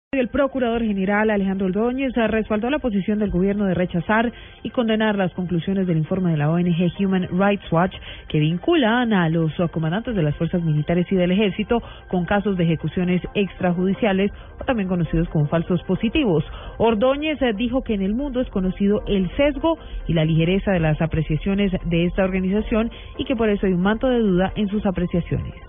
El procurador general Alejandro Ordóñez respaldó la posición del gobierno de rechazar y condenar las conclusiones del informe de la ONG Human Rights Watch que vinculan a los comandantes de las fuerzas militares y del ejército con casos de ejecuciones extrajudiciales o también conocidos como falsos positivos. Ordóñez dijo que en el mundo es conocido el sesgo y la ligereza de las apreciaciones de esta organización y que por eso hay un manto de duda en sus apreciaciones.